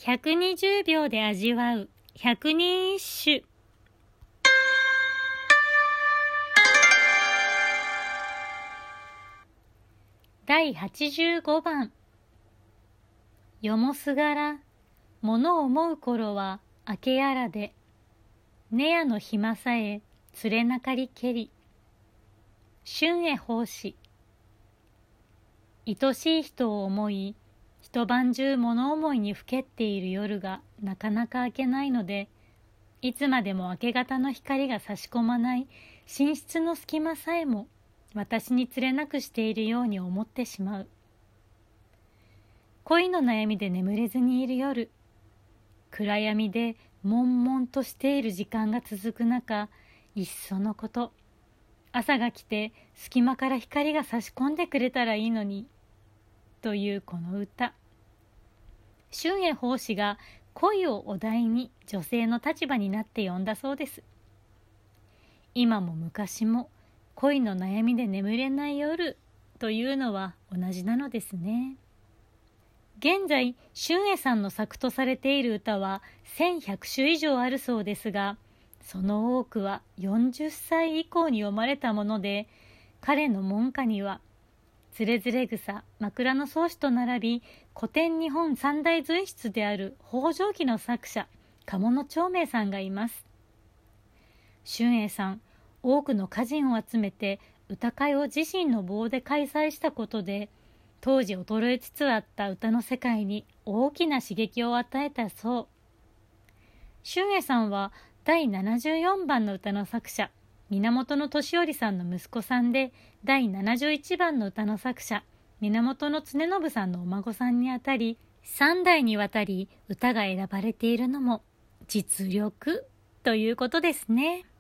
120秒で味わう百人一首。第85番。よもすがら、物思う頃は明けやらで、寝やの暇さえ連れなかりけり。春へ奉仕。愛しい人を思い、一晩中物思いにふけっている夜がなかなか明けないので、いつまでも明け方の光が差し込まない寝室の隙間さえも私につれなくしているように思ってしまう。恋の悩みで眠れずにいる夜、暗闇で悶々としている時間が続く中、いっそのこと、朝が来て隙間から光が差し込んでくれたらいいのに、というこの歌。春へ奉仕が恋をお題に女性の立場になって詠んだそうです。今も昔も恋の悩みで眠れない夜というのは同じなのですね。現在、春へさんの作とされている歌は1100首以上あるそうですが、その多くは40歳以降に読まれたもので、彼の門下にはつれづれ草、枕草子と並び、古典日本三大随筆である北条記の作者、鴨野長明さんがいます。春英さん、多くの歌人を集めて歌会を自身の坊で開催したことで、当時衰えつつあった歌の世界に大きな刺激を与えたそう。春英さんは第74番の歌の作者、源俊頼さんの息子さんで、第71番の歌の作者、源常信さんのお孫さんにあたり、3代にわたり歌が選ばれているのも実力ということですね。